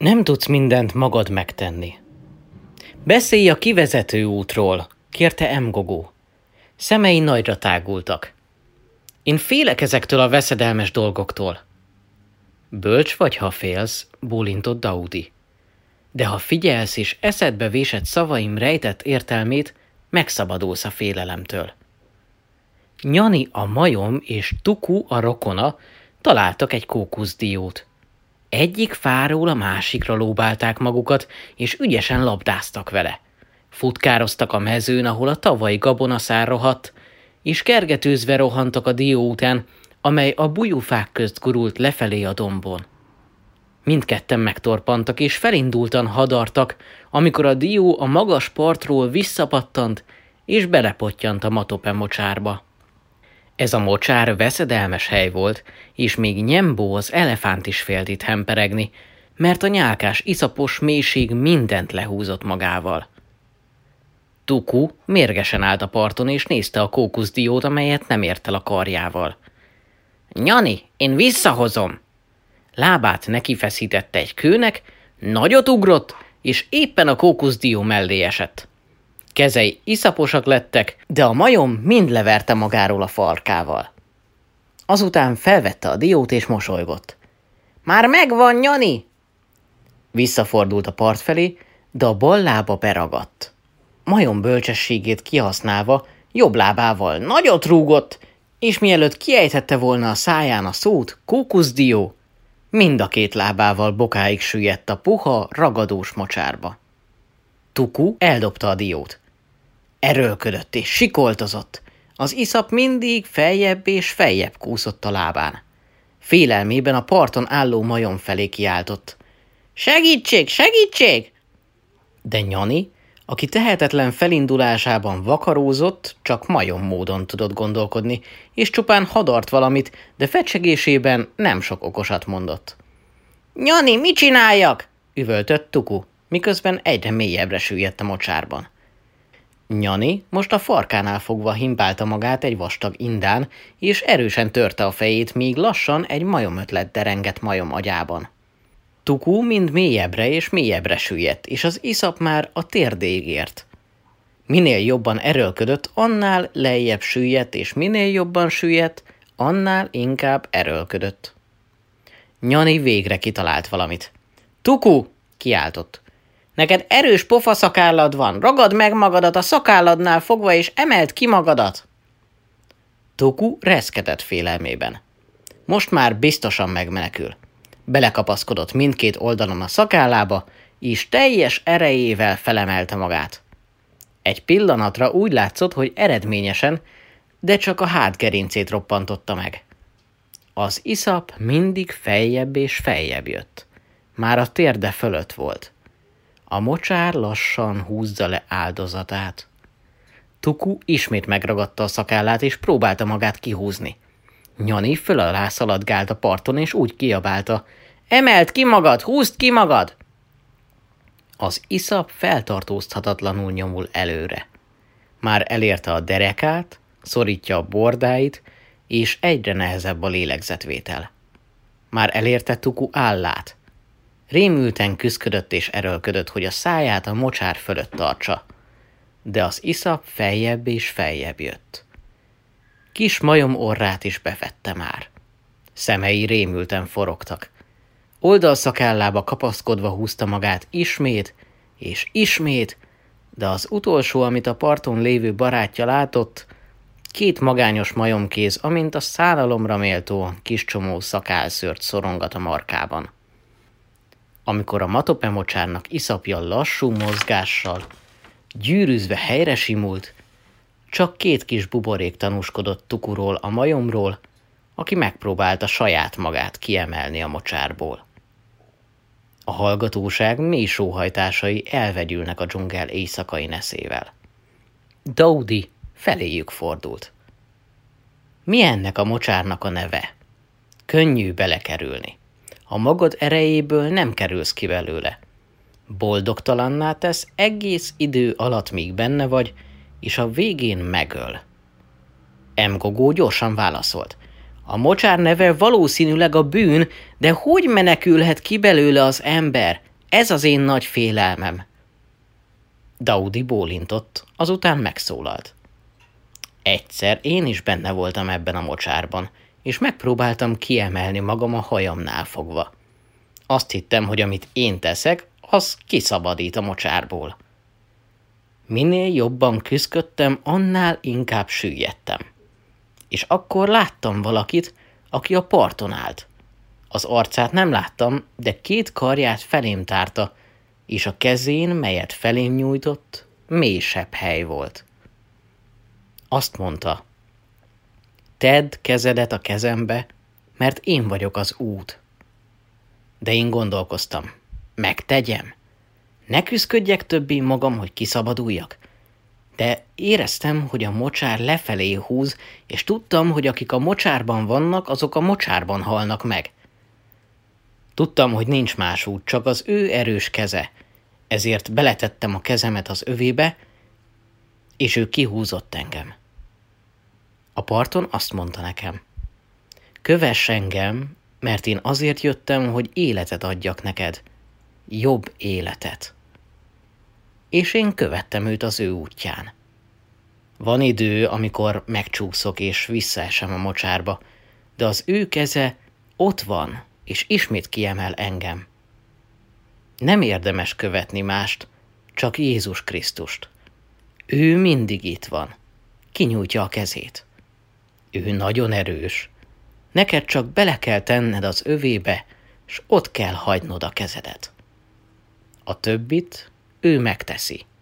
Nem tudsz mindent magad megtenni. Beszélj a kivezető útról, kérte Mgogó. Szemei nagyra tágultak. Én félek ezektől a veszedelmes dolgoktól. Bölcs vagy, ha félsz, bólintott Daudi. De ha figyelsz és eszedbe vésed szavaim rejtett értelmét, megszabadulsz a félelemtől. Nyani a majom és Tuku a rokona találtak egy kókuszdiót. Egyik fáról a másikra lóbálták magukat, és ügyesen labdáztak vele. Futkároztak a mezőn, ahol a tavalyi gabonaszár rohadt, és kergetőzve rohantak a dió után, amely a bujufák közt gurult lefelé a dombon. Mindketten megtorpantak, és felindultan hadartak, amikor a dió a magas partról visszapattant, és belepottyant a Matope mocsárba. Ez a mocsár veszedelmes hely volt, és még Nyembó az elefánt is félt itt hemperegni, mert a nyálkás iszapos mélység mindent lehúzott magával. Tuku mérgesen állt a parton, és nézte a kókuszdiót, amelyet nem ért el a karjával. Nyani, én visszahozom! Lábát nekifeszítette egy kőnek, nagyot ugrott, és éppen a kókuszdió mellé esett. Kezei iszaposak lettek, de a majom mind leverte magáról a farkával. Azután felvette a diót és mosolygott. Már megvan, Nyani! Visszafordult a part felé, de a bal lába beragadt. Majom bölcsességét kihasználva jobb lábával nagyot rúgott, és mielőtt kiejthette volna a száján a szót kókuszdió, mind a két lábával bokáig süllyedt a puha, ragadós mocsárba. Tuku eldobta a diót. Erőlködött és sikoltozott. Az iszap mindig feljebb és feljebb kúszott a lábán. Félelmében a parton álló majom felé kiáltott. Segítség, segítség! De Nyani, aki tehetetlen felindulásában vakarózott, csak majom módon tudott gondolkodni, és csupán hadart valamit, de fecsegésében nem sok okosat mondott. Nyani, mit csináljak? Üvöltött Tuku, miközben egyre mélyebbre süllyedt a mocsárban. Nyani most a farkánál fogva himbálta magát egy vastag indán, és erősen törte a fejét, míg lassan egy majomötlet derengett majom agyában. Tuku mind mélyebbre és mélyebbre süllyedt, és az iszap már a térdéig ért. Minél jobban erőlködött, annál lejjebb süllyedt, és minél jobban süllyedt, annál inkább erőlködött. Nyani végre kitalált valamit. Tuku! Kiáltott. Neked erős pofaszakállad van, ragad meg magadat a szakálladnál fogva, és emeld ki magadat! Tuku reszketett félelmében. Most már biztosan megmenekül. Belekapaszkodott mindkét oldalon a szakállába, és teljes erejével felemelte magát. Egy pillanatra úgy látszott, hogy eredményesen, de csak a hátgerincét roppantotta meg. Az iszap mindig feljebb és feljebb jött. Már a térde fölött volt. A mocsár lassan húzza le áldozatát. Tuku ismét megragadta a szakállát, és próbálta magát kihúzni. Nyani föl alá szaladgált a parton, és úgy kiabálta. Emeld ki magad, húzd ki magad! Az iszap feltartóztathatatlanul nyomul előre. Már elérte a derekát, szorítja a bordáit, és egyre nehezebb a lélegzetvétel. Már elérte Tuku állát. Rémülten küszködött és erőlködött, hogy a száját a mocsár fölött tartsa. De az iszap feljebb és feljebb jött. Kis majom orrát is befette már. Szemei rémülten forogtak. Oldalszakállába kapaszkodva húzta magát ismét és ismét, de az utolsó, amit a parton lévő barátja látott, két magányos majomkéz, amint a szállalomra méltó kis csomó szakálszőrt szorongat a markában. Amikor a Matope mocsárnak iszapja lassú mozgással, gyűrűzve helyre simult, csak két kis buborék tanúskodott Tukuról a majomról, aki megpróbálta saját magát kiemelni a mocsárból. A hallgatóság mély sóhajtásai elvegyülnek a dzsungel éjszakai neszével. Daudi feléjük fordult. Mi ennek a mocsárnak a neve? Könnyű belekerülni. A magad erejéből nem kerülsz ki belőle. Boldogtalanná tesz egész idő alatt, míg benne vagy, és a végén megöl. Mgogó gyorsan válaszolt. A mocsár neve valószínűleg a bűn, de hogy menekülhet ki belőle az ember? Ez az én nagy félelmem. Daudi bólintott, azután megszólalt. Egyszer én is benne voltam ebben a mocsárban, és megpróbáltam kiemelni magam a hajamnál fogva. Azt hittem, hogy amit én teszek, az kiszabadít a mocsárból. Minél jobban küszködtem, annál inkább süllyedtem. És akkor láttam valakit, aki a parton állt. Az arcát nem láttam, de 2 karját felém tárta, és a kezén, melyet felém nyújtott, mélysebb hely volt. Azt mondta, tedd kezedet a kezembe, mert én vagyok az út. De én gondolkoztam, megtegyem? Ne küszködjek többé magam, hogy kiszabaduljak? De éreztem, hogy a mocsár lefelé húz, és tudtam, hogy akik a mocsárban vannak, azok a mocsárban halnak meg. Tudtam, hogy nincs más út, csak az ő erős keze, ezért beletettem a kezemet az övébe, és ő kihúzott engem. A parton azt mondta nekem, kövess engem, mert én azért jöttem, hogy életet adjak neked, jobb életet. És én követtem őt az ő útján. Van idő, amikor megcsúszok és visszaesem a mocsárba, de az ő keze ott van, és ismét kiemel engem. Nem érdemes követni mást, csak Jézus Krisztust. Ő mindig itt van, kinyújtja a kezét. Ő nagyon erős. Neked csak bele kell tenned az övébe, s ott kell hagynod a kezedet. A többit ő megteszi.